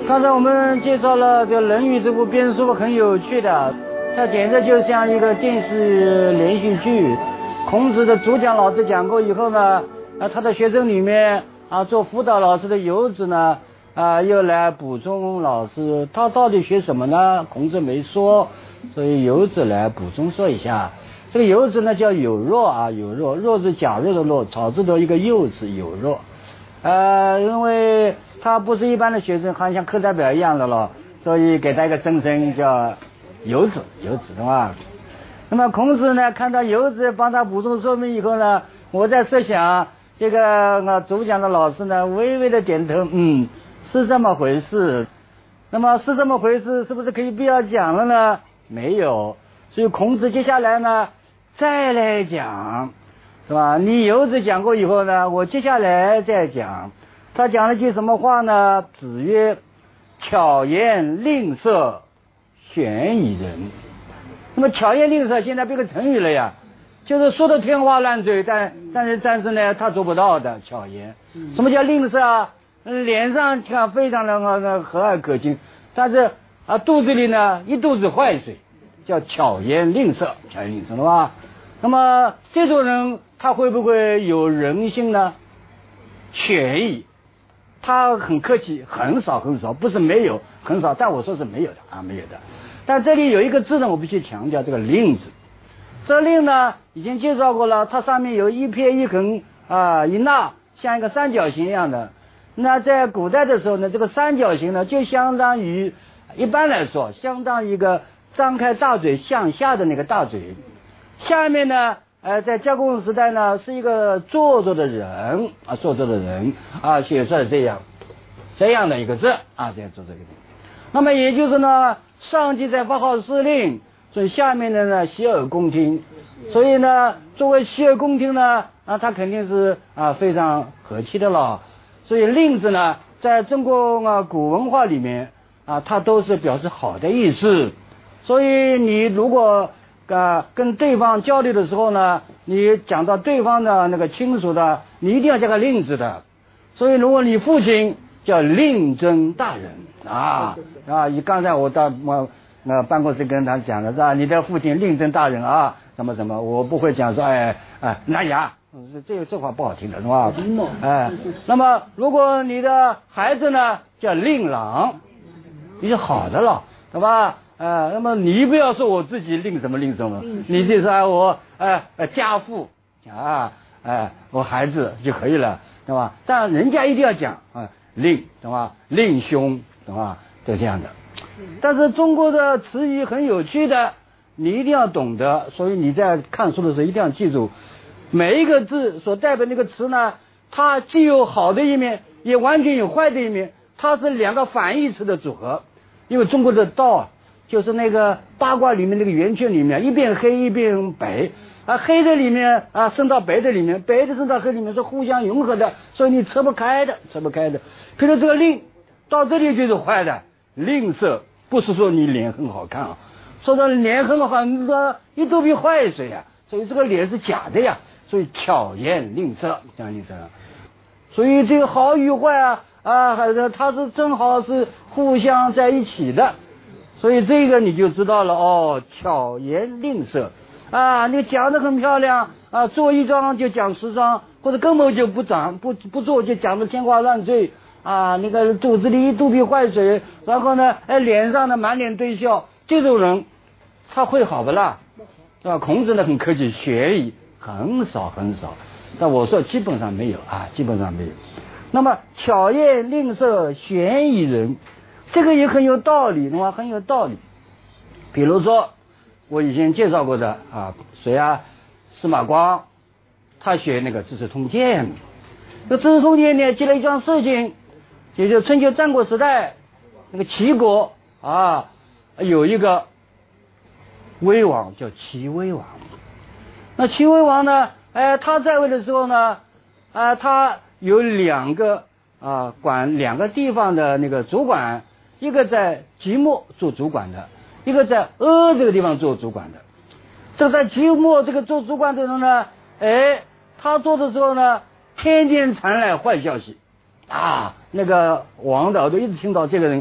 刚才我们介绍了这个《论语》这部编书很有趣的，它简直就像一个电视连续剧。孔子的主讲老师讲过以后呢，他的学生里面做辅导老师的游子呢，又来补充老师，他到底学什么呢？孔子没说，所以游子来补充说一下。这个游子呢叫有若有若，若是假若的若，草字头一个右字，有若。因为他不是一般的学生，好像课代表一样的了，所以给他一个真称叫游子，对吧？那么孔子呢，看到游子帮他补充说明以后呢，我在设想这个主讲的老师呢，微微的点头，是这么回事。那么是这么回事，是不是可以不要讲了呢？没有，所以孔子接下来呢，再来讲。是吧？你游子讲过以后呢，我接下来再讲。他讲了句什么话呢？子曰：“巧言令色，鲜矣仁。”那么巧言令色现在变个成语了呀，就是说的天花乱坠，但是呢，他做不到的巧言。什么叫令色啊？脸上看非常的和蔼可亲，但是肚子里呢一肚子坏水，叫巧言令色，对吧？那么这种人他会不会有人性呢？权益，他很客气，很少，不是没有，很少，但我说是没有的没有的。但这里有一个字呢，我必须强调，这个令字。这令呢已经介绍过了，它上面有一撇一横一捺，像一个三角形一样的。那在古代的时候呢，这个三角形呢就相当于，一般来说相当于一个张开大嘴向下的那个大嘴。下面呢，在加工时代呢，是一个坐着的人写出来这样的一个字这样做这个。那么也就是呢，上级在发号施令，所以下面的呢洗耳恭听。所以呢，作为洗耳恭听呢，他肯定是非常和气的了。所以令字呢，在中国古文化里面它都是表示好的意思。所以你如果跟对方交流的时候呢，你讲到对方的那个亲属的，你一定要加个令字的。所以如果你父亲叫令征大人刚才我到办公室跟他讲的是吧？你的父亲令征大人怎么，我不会讲说拿牙，这话不好听的是吧？那么如果你的孩子呢叫令郎，你是好的了，对吧？那么你不要说我自己令什么，你就说我家父我孩子就可以了，对吧？但人家一定要讲令，对吧？令兄，对吧？就这样的。但是中国的词语很有趣的，你一定要懂得，所以你在看书的时候一定要记住，每一个字所代表那个词呢，它既有好的一面，也完全有坏的一面，它是两个反义词的组合。因为中国的道就是那个八卦里面那个圆圈里面，一边黑一边白黑的里面升到白的里面，白的升到黑里面是互相融合的，所以你扯不开的。比如这个令到这里就是坏的，吝啬不是说你脸很好看说到脸很好看，一肚皮坏水所以这个脸是假的所以巧言令色，所以这个好与坏它是正好是互相在一起的。所以这个你就知道了巧言令色你讲得很漂亮做一桩就讲10桩，或者根本就不做就讲得天花乱坠那个肚子里一肚皮坏水，然后呢脸上呢满脸堆笑，这种人他会好不啦？对吧？孔子呢很客气，学矣，很少，但我说基本上没有那么巧言令色，鲜矣仁，这个也很有道理，对吧？很有道理。比如说我以前介绍过的谁司马光，他学那个资治通鉴。这资治通鉴呢记了一桩事情，也就是春秋战国时代那个齐国有一个威王叫齐威王。那齐威王呢他在位的时候呢他有2个管2个地方的那个主管，一个在即墨做主管的，一个在阿这个地方做主管的。这在即墨这个做主管的人呢他做的时候呢天天传来坏消息那个王的耳朵一直听到这个人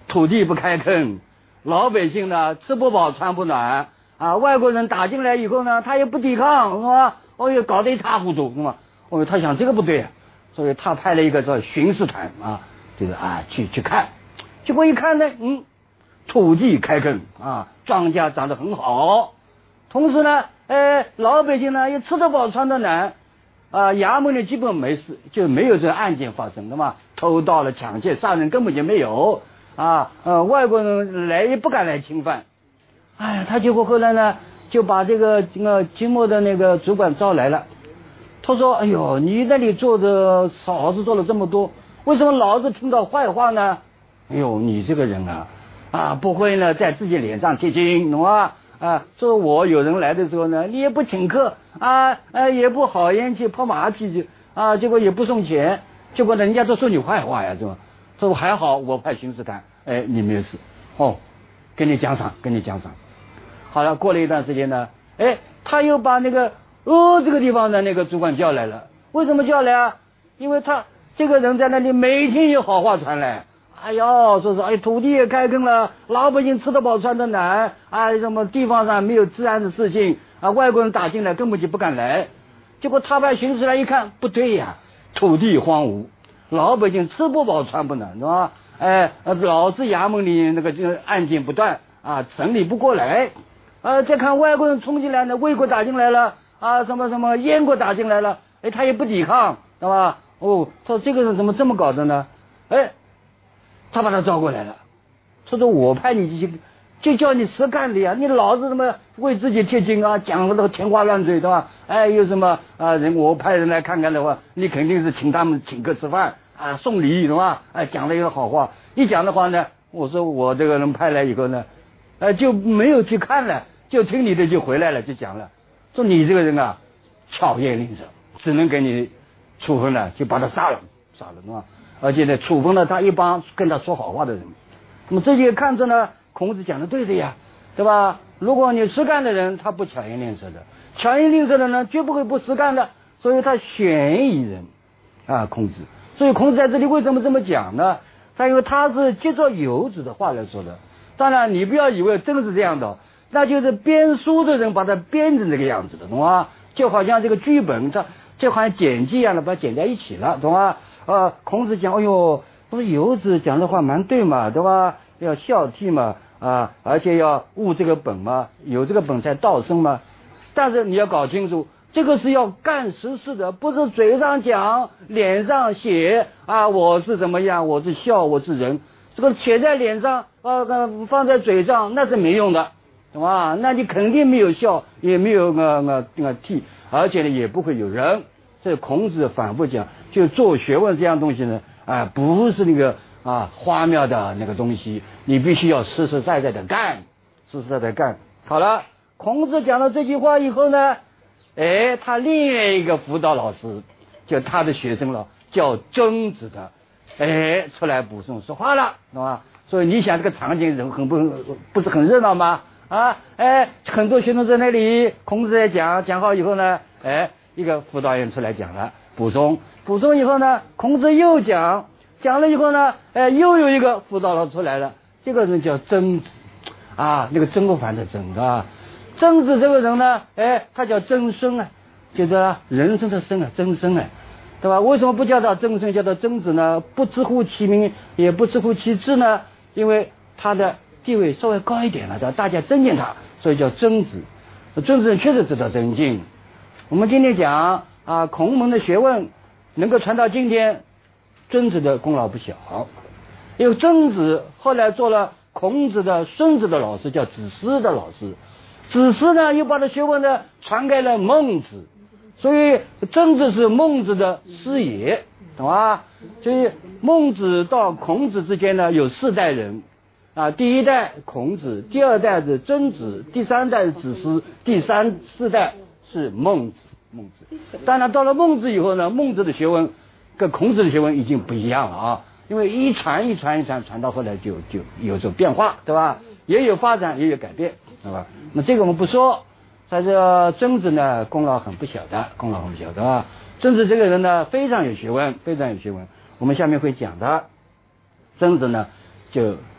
土地不开垦，老百姓呢吃不饱穿不暖啊，外国人打进来以后呢，他也不抵抗，是吧？哦哟，搞得一塌糊涂，是吧？哦，他想这个不对，所以他派了一个叫巡视团啊，就是去看，结果一看呢，土地开垦啊，庄稼长得很好，同时呢，老百姓呢也吃得饱穿得暖。衙门呢基本没事，就没有这个案件发生，对吧？偷盗了、抢劫、杀人根本就没有外国人来也不敢来侵犯。哎呀，他结果后来呢，就把这个金末的那个主管招来了。他说：“哎呦，你那里做的好事做了这么多，为什么老是听到坏话呢？哎呦，你这个人不会呢在自己脸上贴金，懂吗？说我有人来的时候呢，你也不请客也不好言去拍马屁去结果也不送钱，结果呢人家都说你坏话呀，是吧？说还好我派巡视团，你没有事给你奖赏。好了，过了一段时间呢，他又把那个这个地方的那个主管叫来了。为什么叫来啊？因为他这个人在那里每天有好话传来。说是土地也开垦了，老百姓吃得饱穿得暖什么地方上没有治安的事情外国人打进来根本就不敢来。结果他派巡视来一看，不对呀，土地荒芜，老百姓吃不饱穿不暖，是吧？老是衙门里那个案件不断整理不过来再看外国人冲进来呢，魏国打进来了什么燕国打进来了，他也不抵抗，对吧？说这个人怎么这么搞的呢？他把他招过来了，他说我派你去，就叫你实干的呀，你老是什么为自己贴金讲那个天花乱坠，对吧？有什么人我派人来看看的话，你肯定是请他们请客吃饭送礼，对吧？讲了一个好话，一讲的话呢，我说我这个人派来以后呢，就没有去看了，就听你的就回来了，就讲了，说你这个人巧言令色，只能给你处分了，就把他杀了，对吧？而且呢，处分了他一帮跟他说好话的人。那么这些看着呢，孔子讲的对的呀，对吧？如果你实干的人，他不巧言令色的；巧言令色的呢，绝不会不实干的。所以他选以人孔子。所以孔子在这里为什么这么讲呢？因为他是接着游子的话来说的。当然，你不要以为真是这样的，那就是编书的人把它编成这个样子的，懂吗？就好像这个剧本，就好像剪辑一样的，把它剪在一起了，懂吗？孔子讲，不是游子讲的话蛮对嘛，对吧？要孝悌嘛，而且要务这个本嘛，有这个本才道生嘛。但是你要搞清楚，这个是要干实事的，不是嘴上讲，脸上写我是怎么样，我是孝，我是仁，这个写在脸上放在嘴上那是没用的，懂吧？那你肯定没有孝，也没有悌，而且呢也不会有仁。这孔子反复讲，就做学问这样东西呢，不是那个花妙的那个东西，你必须要实实在在的干，实实在在干。好了，孔子讲了这句话以后呢，他另外一个辅导老师，就他的学生了，叫曾子的，出来补充说话了，懂吧？所以你想这个场景不是很热闹吗？很多学生在那里，孔子在讲好以后呢，一个辅导员出来讲了，补充以后呢，孔子又讲了以后呢，又有一个辅导老师出来了，这个人叫曾子那个曾国藩的曾曾子这个人呢，他叫曾孙就是人生的生曾孙对吧？为什么不叫他曾孙，叫他曾子呢？不直呼其名，也不直呼其志呢？因为他的地位稍微高一点了，大家尊敬他，所以叫曾子。曾子人确实知道增进。我们今天讲孔门的学问能够传到今天，曾子的功劳不小。因为曾子后来做了孔子的孙子的老师，叫子思的老师。子思呢又把他学问呢传给了孟子，所以曾子是孟子的师爷，懂吧？所以孟子到孔子之间呢有4代人第一代孔子，第2代是曾子，第3代是子思，第4代是孟子。当然到了孟子以后呢，孟子的学问跟孔子的学问已经不一样了因为一传传到后来就有所变化，对吧？也有发展，也有改变，对吧？那这个我们不说。在这曾子呢功劳很不小的，对吧？曾子这个人呢非常有学问。我们下面会讲的。曾子呢就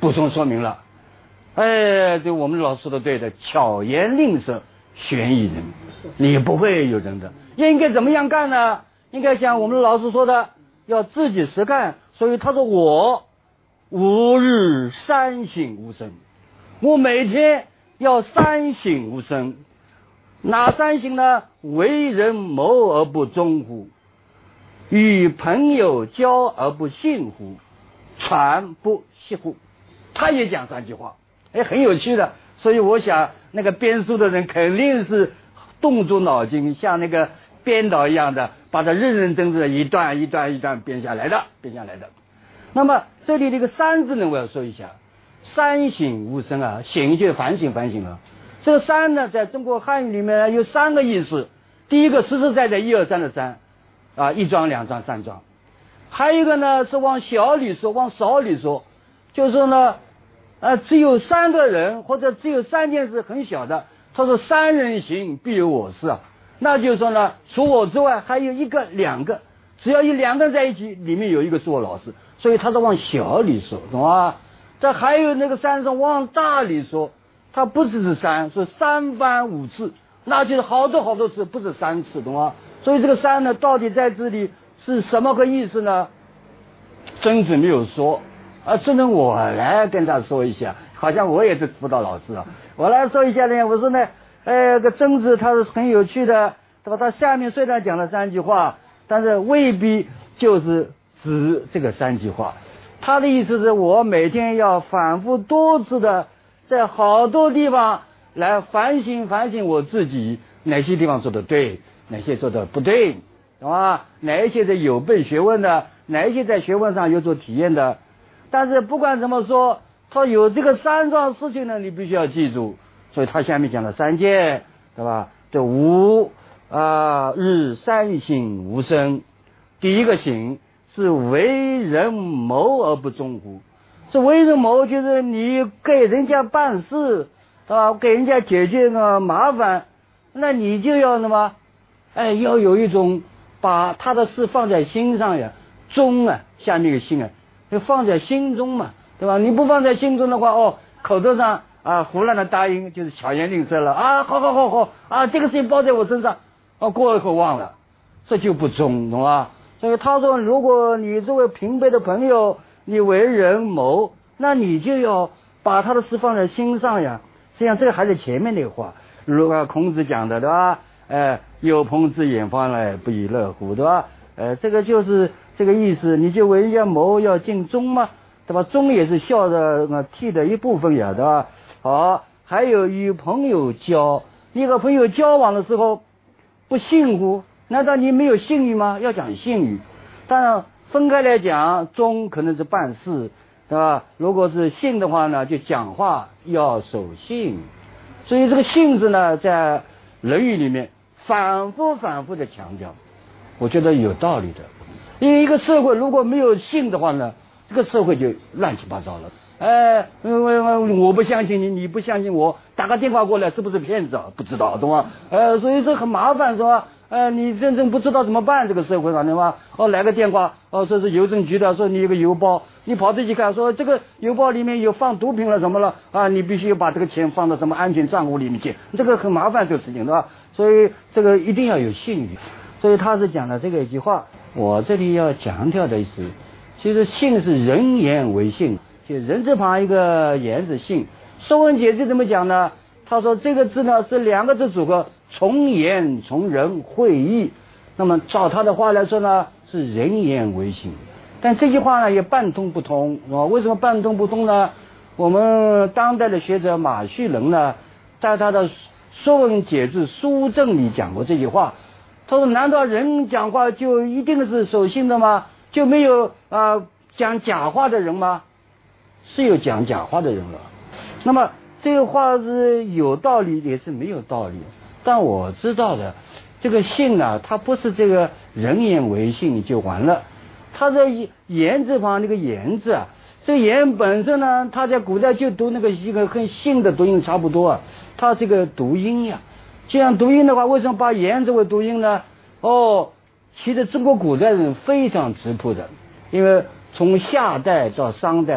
补充说明了。对，我们老师说的对的，巧言令色，悬疑人，你不会有人的。应该怎么样干呢？应该像我们老师说的，要自己实干。所以他说我吾日三省吾身，我每天要三省吾身。哪三省呢？为人谋而不忠乎？与朋友交而不信乎？传不息乎？他也讲3句话，很有趣的。所以我想那个编书的人肯定是动足脑筋，像那个编导一样的，把它认认真真的一段一段编下来的。那么这里这个三字呢，我要说一下，三省吾身啊，省就反省了。这个三呢，在中国汉语里面有3个意思。第一个实实在在1、2、3的3啊，1桩、2桩、3桩。还有一个呢是往小里说，往少里说，就是说呢，只有3个人或者只有3件事很小的，他说3人行必有我师啊，那就是说呢，除我之外还有1个、2个，只要有2个人在一起，里面有1个是我老师，所以他是往小里说，懂吧？这还有那个3是往大里说，他不只是3，说3番5次，那就是好多次，不是3次，懂吗？所以这个3呢，到底在这里是什么个意思呢？曾子没有说只能我来跟他说一下，好像我也是辅导老师啊。我来说一下呢，我说呢，个曾子他是很有趣的，对吧？他下面虽然讲了3句话，但是未必就是指这个3句话。他的意思是我每天要反复多次的在好多地方来反省我自己，哪些地方做的对，哪些做的不对，懂吧？哪一些是有悖学问的，哪一些在学问上有所体验的。但是不管怎么说，他有这个3桩事情呢，你必须要记住。所以他下面讲了3件，对吧？这吾日三省吾身。第一个省是为人谋而不忠乎？这为人谋就是你给人家办事，给人家解决个麻烦，那你就要什么？要有一种把他的事放在心上呀，忠啊，下面一个心啊，就放在心中嘛，对吧？你不放在心中的话，口头上胡乱的答应，就是巧言令色了啊，好啊，这个事情包在我身上，过了以后忘了，这就不忠，懂吧？所以他说，如果你作为平辈的朋友，你为人谋，那你就要把他的事放在心上呀。实际上这个还是前面那个话，如孔子讲的，对吧？有朋自远方来，不亦乐乎，对吧？这个就是这个意思，你就为人家谋要尽忠嘛，对吧？忠也是孝的悌的一部分呀，对吧？好，还有与朋友交，你和朋友交往的时候不信乎？难道你没有信誉吗？要讲信誉。当然分开来讲，忠可能是办事，对吧？如果是信的话呢，就讲话要守信。所以这个信字呢，在《论语》里面反复的强调，我觉得有道理的。因为一个社会如果没有信的话呢，这个社会就乱七八糟了。我不相信你，你不相信我，打个电话过来是不是骗子啊？不知道，懂吗？所以这很麻烦，是吧？你真正不知道怎么办，这个社会上，对吧？来个电话，说是邮政局的，说你有个邮包，你跑出去看，说这个邮包里面有放毒品了什么了你必须把这个钱放到什么安全账户里面去，这个很麻烦这个事情，对吧？所以这个一定要有信誉。所以他是讲了这个一句话，我这里要强调的意思，其实信是人言为信，就人字旁一个言字信。说文解字怎么讲呢？他说这个字呢是2个字组合，从言从人会意。那么照他的话来说呢，是人言为信。但这句话呢也半通不通为什么半通不通呢？我们当代的学者马旭仁呢，在他的《说文解字书证》里讲过这句话。他说难道人讲话就一定是守信的吗？就没有讲假话的人吗？是有讲假话的人了。那么这个话是有道理也是没有道理，但我知道的这个信啊，它不是这个人言为信就完了，它的言字旁那个言字啊，这个言本身呢，它在古代就读那个一个跟信的读音差不多它这个读音呀，这样读音的话，为什么把言作为读音呢？其实中国古代人非常质朴的，因为从夏代到商代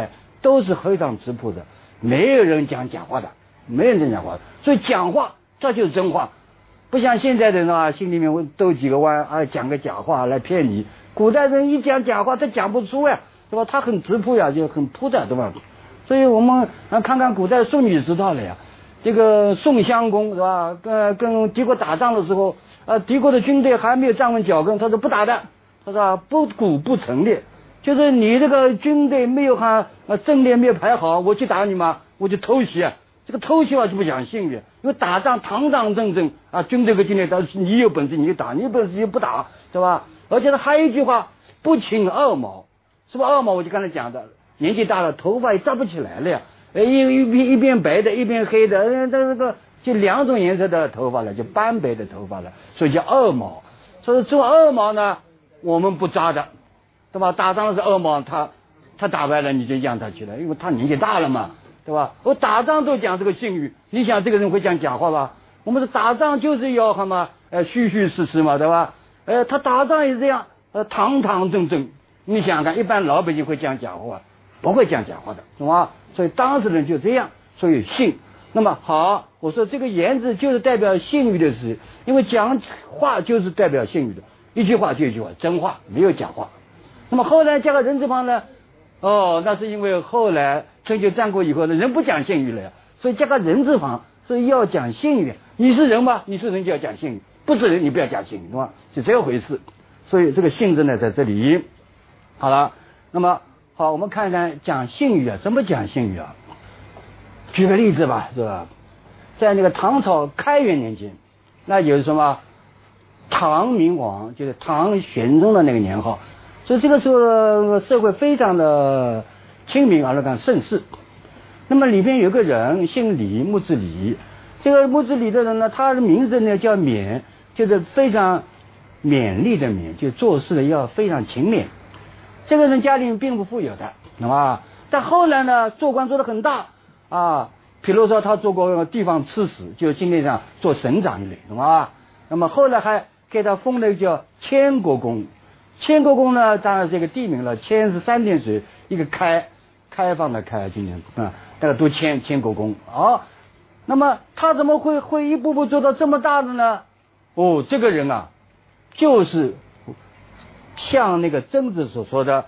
都是非常质朴的，没有人讲假话的，没有人讲假话的。所以讲话这就是真话，不像现在的人啊，心里面会兜几个弯啊，讲个假话来骗你。古代人一讲假话，他讲不出呀，对吧？他很质朴呀，就很朴的，对吧？所以我们看看古代宋女知道了呀。这个宋襄公是吧？跟敌国打仗的时候，敌国的军队还没有站稳脚跟，他说不打的，他说不鼓不成列，就是你这个军队没有阵列没有排好，我去打你嘛，我就偷袭啊。这个偷袭啊就不讲信誉，因为打仗堂堂正正啊，军队和军队都是你有本事你就打，你有本事就不打，是吧？而且他还有一句话，不请二毛，是吧？二毛我就刚才讲的，年纪大了，头发也扎不起来了呀。一边白的，一边黑的，这个就两种颜色的头发了，就斑白的头发了，所以叫二毛。所以做二毛呢，我们不扎的，对吧？打仗的是二毛，他打败了你就让他去了，因为他年纪大了嘛，对吧？我打仗都讲这个信誉，你想这个人会讲假话吧？我们的打仗就是要虚虚实实嘛，对吧？他打仗也是这样，堂堂正正。你想想看，一般老百姓会讲假话，不会讲假话的，懂吗？所以当时人就这样，所以信。那么好，我说这个言字就是代表信誉的事，因为讲话就是代表信誉的，一句话就一句话，真话，没有假话。那么后来加个人字旁呢？那是因为后来春秋战国以后呢，人不讲信誉了呀，所以加个人字旁是要讲信誉。你是人吗？你是人就要讲信誉，不是人你不要讲信誉，对吧？是这回事。所以这个信字呢在这里。好了，那么好，我们看看讲信誉啊，怎么讲信誉啊？举个例子吧，是吧？在那个唐朝开元年间，那有什么唐明皇，就是唐玄宗的那个年号，所以这个时候社会非常的清明，而且盛世。那么里边有个人姓李，木字李，这个木字李的人呢，他的名字呢叫勉，就是非常勉励的勉，就做事的要非常勤勉。这个人家里并不富有的，懂吧？但后来呢，做官做得很大啊。比如说他做过地方刺史，就今天上做省长一类，懂吧？那么后来还给他封了一个叫千国公。千国公呢，当然是一个地名了，千是三点水，一个开放的开，今年大家都千国公啊。那么他怎么会一步步做到这么大的呢？这个人啊，就是像那个曾子所说的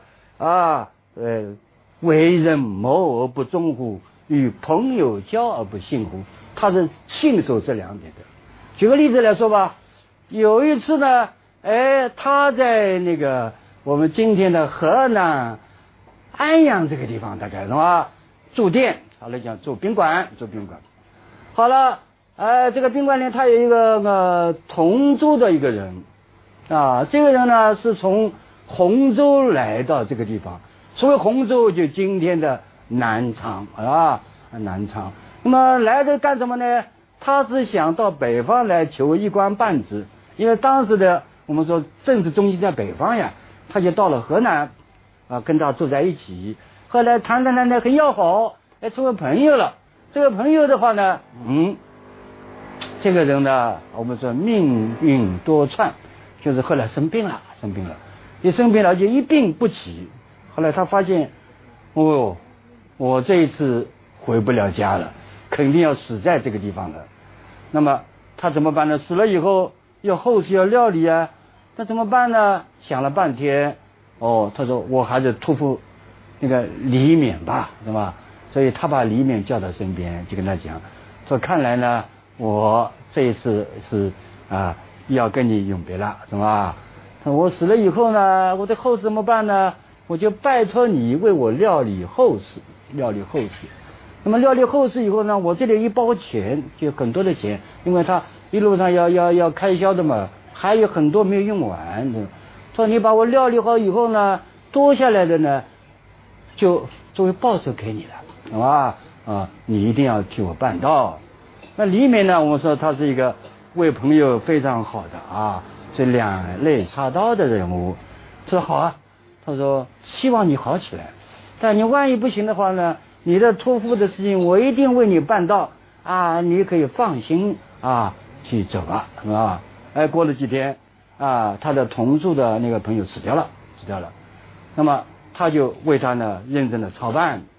为人谋而不忠乎？与朋友交而不信乎？他是信守这两点的。举个例子来说吧，有一次呢，他在那个我们今天的河南安阳这个地方，大概是吧？住店，好来讲住宾馆。好了，这个宾馆里他有一个同住的一个人啊，这个人呢是从洪州来到这个地方，所谓洪州就今天的南昌啊，南昌。那么来这干什么呢？他是想到北方来求一官半职，因为当时的我们说政治中心在北方呀，他就到了河南啊，跟他住在一起。后来谈很要好，成为朋友了。这个朋友的话呢，这个人呢，我们说命运多舛，就是后来生病了，一生病了就一病不起。后来他发现，我这一次回不了家了，肯定要死在这个地方了。那么他怎么办呢？死了以后后事要料理啊，那怎么办呢？想了半天，他说我还是托付那个李勉吧，是吧？所以他把李勉叫到身边，就跟他讲说，看来呢，我这一次是要跟你永别了，是吧？我死了以后呢，我的后事怎么办呢？我就拜托你为我料理后事。那么料理后事以后呢，我这里一包钱，就很多的钱，因为他一路上要开销的嘛，还有很多没有用完。说你把我料理好以后呢，多下来的呢，就作为报酬给你了，好吧？你一定要替我办到。那李勉呢，我们说他是一个为朋友非常好的是两肋插刀的人物。说好啊，他说希望你好起来，但你万一不行的话呢，你的托付的事情我一定为你办到你可以放心去走吧，是吧？过了几天他的同住的那个朋友死掉了，那么他就为他呢认真的操办，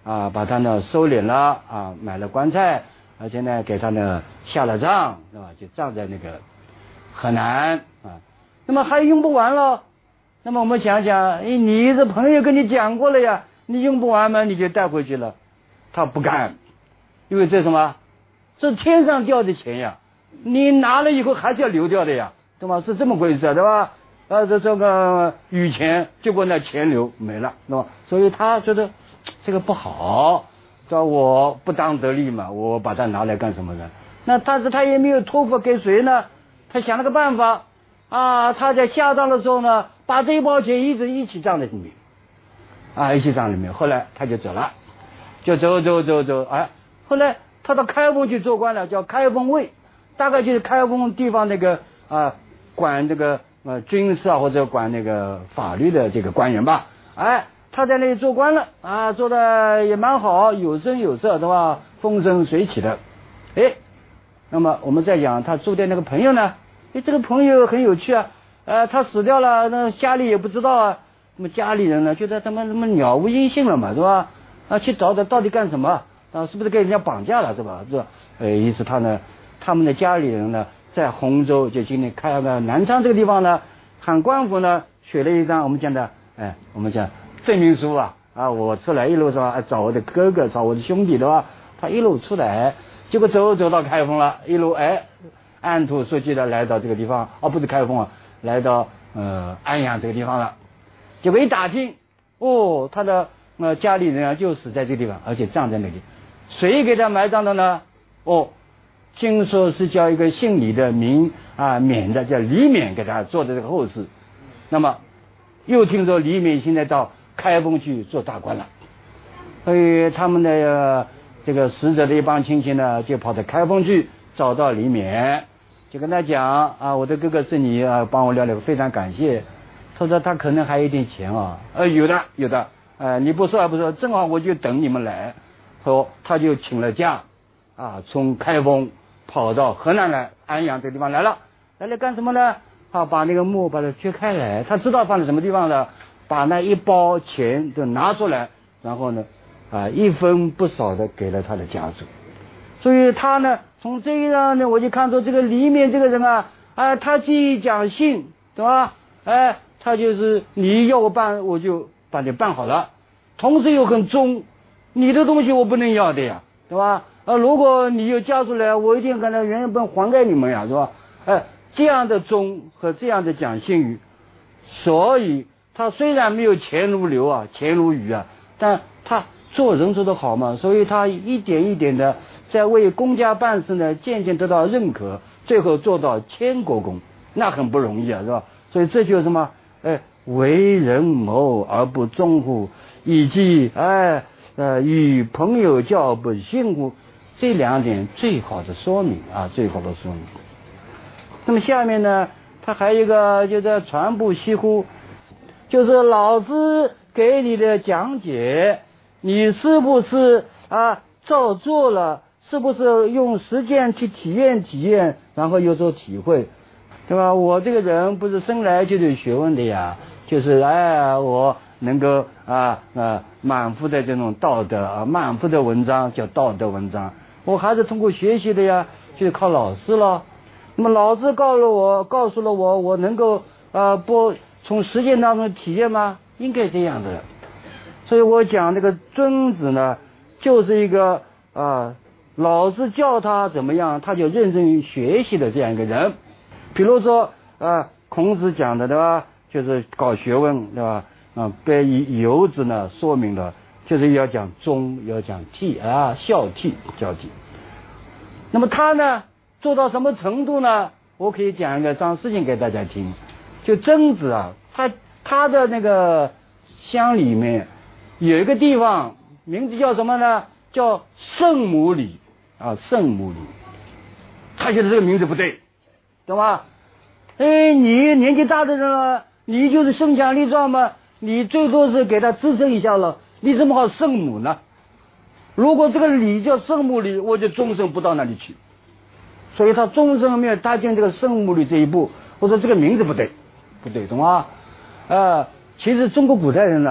把他呢收敛了买了棺材，而且呢给他呢下了葬，是吧？就葬在那个河南那么还用不完了。那么我们想想，你的朋友跟你讲过了呀，你用不完嘛，你就带回去了。他不干，因为这什么？这天上掉的钱呀，你拿了以后还是要流掉的呀，对吧？是这么回事，对吧？这个雨钱，结果那钱流没了，对吧？所以他觉得这个不好，叫我不当得利嘛，我把它拿来干什么呢？那但是他也没有托付给谁呢？他想了个办法他在下葬的时候呢，把这一包钱一起葬在里面一起葬里面。后来他就走了，就走，后来他到开封去做官了，叫开封尉，大概就是开封地方那个管这个军事或者管那个法律的这个官员吧。他在那里做官了做的也蛮好，有声有色，对吧？风生水起的。那么我们再讲他住的那个朋友呢，这个朋友很有趣他死掉了，那家里也不知道那么家里人呢觉得他们杳无音信了嘛，是吧？去找他到底干什么是不是给人家绑架了，是吧？于是他们的家里人呢在洪州，就今天开个南昌这个地方呢，喊官府呢写了一张我们讲证明书我出来一路上找我的哥哥，找我的兄弟，对吧？他一路出来，结果走到开封了，一路按图索骥的来到这个地方不是开封来到安阳这个地方了。结果一打听他的家里人就死在这个地方，而且葬在那里。谁给他埋葬的呢？听说是叫一个姓李的勉的，叫李勉给他做的这个后事。那么又听说李勉现在到开封去做大官了，所以他们的这个死者的一帮亲戚呢，就跑到开封去找到李勉，就跟他讲我的哥哥是你帮我料理，非常感谢。他说他可能还有一点钱有的你不说也不说，正好我就等你们来。说他就请了假从开封跑到河南来，安阳这个地方来干什么呢？把那个墓把它掘开来，他知道放在什么地方了，把那一包钱就拿出来，然后呢一分不少的给了他的家属。所以他呢从这一张呢，我就看出这个李勉这个人他既讲信，对吧？他就是你要我办我就把你办好了，同时又很忠，你的东西我不能要的呀，对吧？如果你有家属来，我一定跟他原本还给你们呀，是吧？这样的忠和这样的讲信语，所以他虽然没有钱如流钱如雨但他做人做得好嘛，所以他一点一点的在为公家办事呢，渐渐得到认可，最后做到千国公，那很不容易是吧？所以这就是什么？为人谋而不忠乎？以及与朋友交不信乎？这两点最好的说明最好的说明。那么下面呢，他还有一个就是传不习乎，就是老师给你的讲解，你是不是照做了？是不是用实践去体验，然后有所体会，对吧？我这个人不是生来就有学问的呀，就是我能够满腹的这种道德满腹的文章叫道德文章，我还是通过学习的呀，就是靠老师了。那么老师告诉了我，我能够不从实践当中体验吗？应该这样的。所以我讲这个尊子呢，就是一个老师教他怎么样，他就认真学习的这样一个人。比如说孔子讲的对吧，就是搞学问对吧？被游子呢说明了，就是要讲忠，要讲悌孝悌交悌。那么他呢做到什么程度呢？我可以讲一个事情给大家听。就曾子他的那个乡里面有一个地方，名字叫什么呢？叫圣母里圣母里。他觉得这个名字不对，对吧？你年纪大的人了，你就是身强力壮嘛，你最多是给他支撑一下了，你怎么好圣母呢？如果这个里叫圣母里，我就终身不到那里去。所以他终身没有踏进这个圣母里这一步。我说这个名字不对，懂吗？其实中国古代人呢，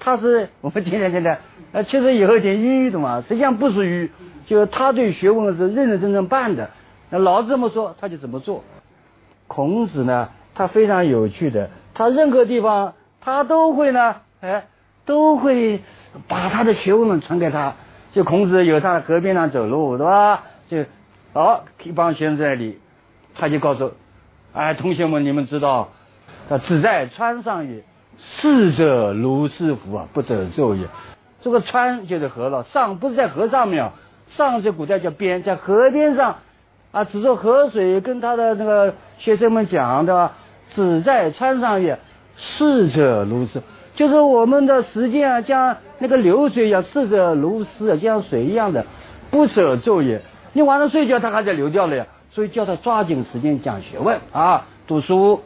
他是我们今天现在其实有一点阴郁的嘛，实际上不属于，就是他对学问是认认真真办的，那老子这么说他就怎么做。孔子呢，他非常有趣的，他任何地方他都会呢，都会把他的学问传给他。就孔子有他的河边上走路，对吧？就一帮学生在那里，他就告诉，同学们，你们知道，子在川上也，逝者如斯夫啊，不者骤也。这个川就是河了，上不是在河上面，上在古代叫边，在河边上指着河水跟他的那个学生们讲的，子在川上也，逝者如斯。就是我们的时间像那个流水一样，逝者如斯，像水一样的，不舍昼也。你晚上睡觉，它还在流掉了呀，所以叫他抓紧时间讲学问读书。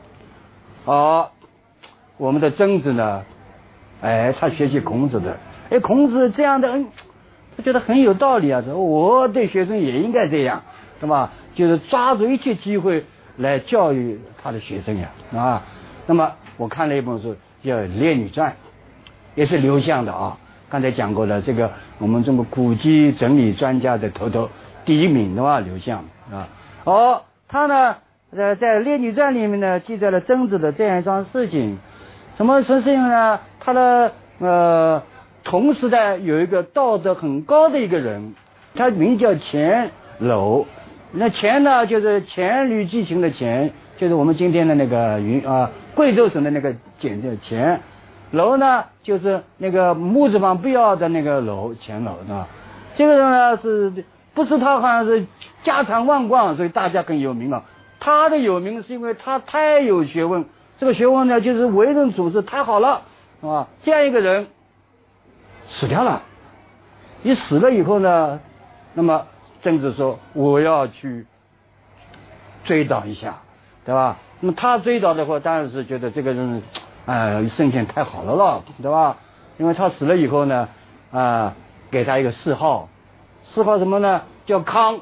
我们的曾子呢，他学习孔子的，孔子这样的，他觉得很有道理啊。说我对学生也应该这样，对吧？就是抓住一切机会来教育他的学生呀那么我看了一本书。叫《列女传》，也是刘向的刚才讲过了，这个我们中国古籍整理专家的头第一名的话，刘向他呢在《列女传》里面呢记载了曾子的这样一桩事情。什么事情呢？他的同时代有一个道德很高的一个人，他名叫钱娄。那钱呢，就是黔驴技穷的钱，就是我们今天的那个贵州省的那个简叫钱。娄呢，就是那个木字旁不要的那个娄，钱娄的。这个人呢，是不是他好像是家财万贯，所以大家很有名啊。他的有名是因为他太有学问，这个学问呢，就是为人处事太好了这样一个人死掉了。你死了以后呢，那么曾子说我要去追悼一下，对吧？那么他追悼的话，当然是觉得这个人生前太好了，对吧？因为他死了以后呢给他一个谥号什么呢？叫康。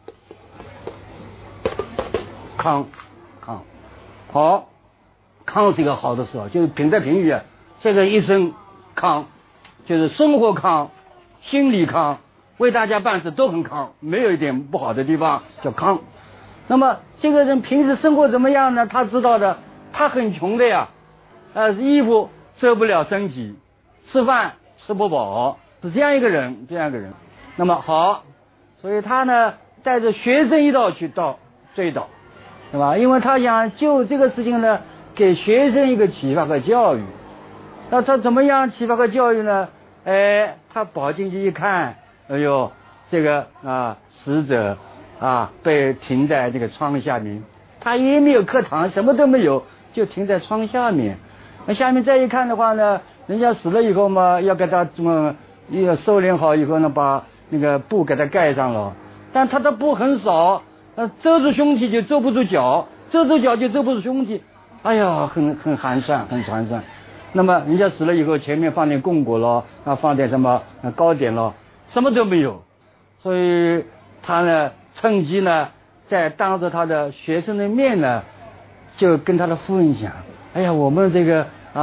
好，康是一个好的谥号，就是平仄评语这个一生康，就是生活康，心理康，为大家办事都很康，没有一点不好的地方，叫康。那么这个人平时生活怎么样呢？他知道的，他很穷的呀，衣服遮不了身体，吃饭吃不饱，是这样一个人。那么好，所以他呢带着学生一道去追悼，对吧？因为他想就这个事情呢，给学生一个启发和教育。那他怎么样启发和教育呢？他跑进去一看，这个死者被停在这个窗下面，他也没有课堂，什么都没有，就停在窗下面。那下面再一看的话呢，人家死了以后嘛，要给他要收敛好以后呢，把那个布给他盖上了。但他的布很少，遮住胸体就遮不住脚，遮住脚就遮不住胸体，哎呀，很寒酸，很寒酸。那么人家死了以后，前面放点供果了，放点什么糕点了，什么都没有。所以他呢趁机呢，在当着他的学生的面呢，就跟他的夫人讲：哎呀，我们这个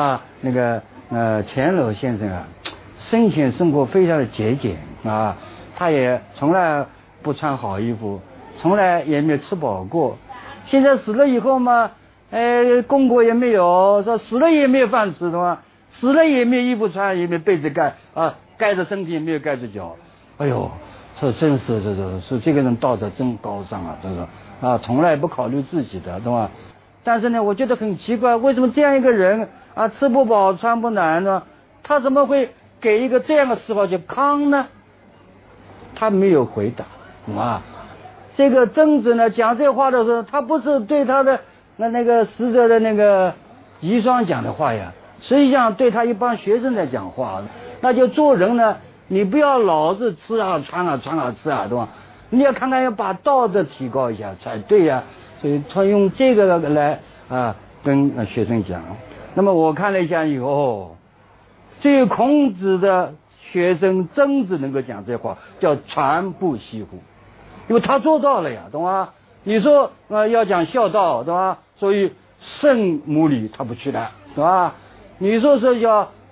钱娄先生生前生活非常的节俭他也从来不穿好衣服，从来也没有吃饱过。现在死了以后嘛，供果也没有，说死了也没有饭吃的话，死了也没有衣服穿，也没有被子盖盖着身体也没有盖着脚。哎呦，这真是这个人道德真高尚这个从来不考虑自己的，对吧？但是呢，我觉得很奇怪，为什么这样一个人吃不饱穿不暖呢？他怎么会给一个这样的谥号叫康呢？他没有回答这个曾子呢讲这话的时候，他不是对他的那个死者的那个遗孀讲的话呀，实际上对他一帮学生在讲话。那就做人呢，你不要老是吃穿吃对吧？你要看看要把道德提高一下才对呀。所以他用这个来跟学生讲。那么我看了一下以后，这个孔子的学生曾子能够讲这话，叫传不习乎，因为他做到了呀，懂吗？你说要讲孝道，对吧？所以圣母里他不去的，对吧？你说是要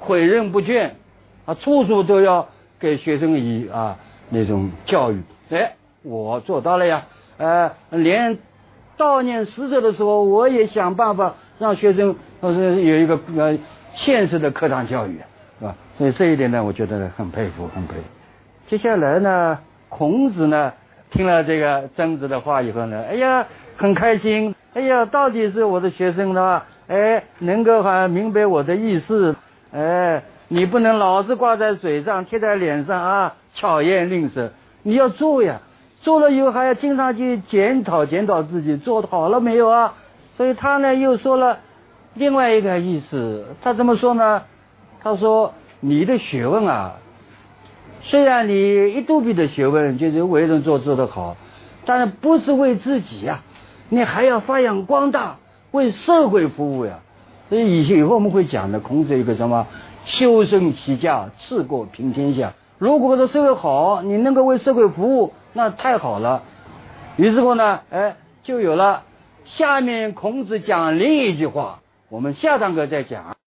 诲人不倦，处处都要给学生以那种教育。我做到了呀，连到念10岁的时候，我也想办法让学生有一个现实的课堂教育，是吧？所以这一点呢，我觉得很佩服，很佩服。接下来呢，孔子呢听了这个曾子的话以后呢，哎呀，很开心，哎呀，到底是我的学生呢，能够明白我的意思，你不能老是挂在嘴上，贴在脸上巧言令色，你要做呀。做了以后还要经常去检讨自己做好了没有啊。所以他呢又说了另外一个意思，他怎么说呢？他说你的学问虽然你一肚皮的学问就是为人做得好，但是不是为自己呀，你还要发扬光大，为社会服务呀。所以以后我们会讲的，孔子有一个什么修身齐家治国平天下。如果这社会好，你能够为社会服务，那太好了。于是乎呢，就有了下面孔子讲另一句话，我们下堂课再讲。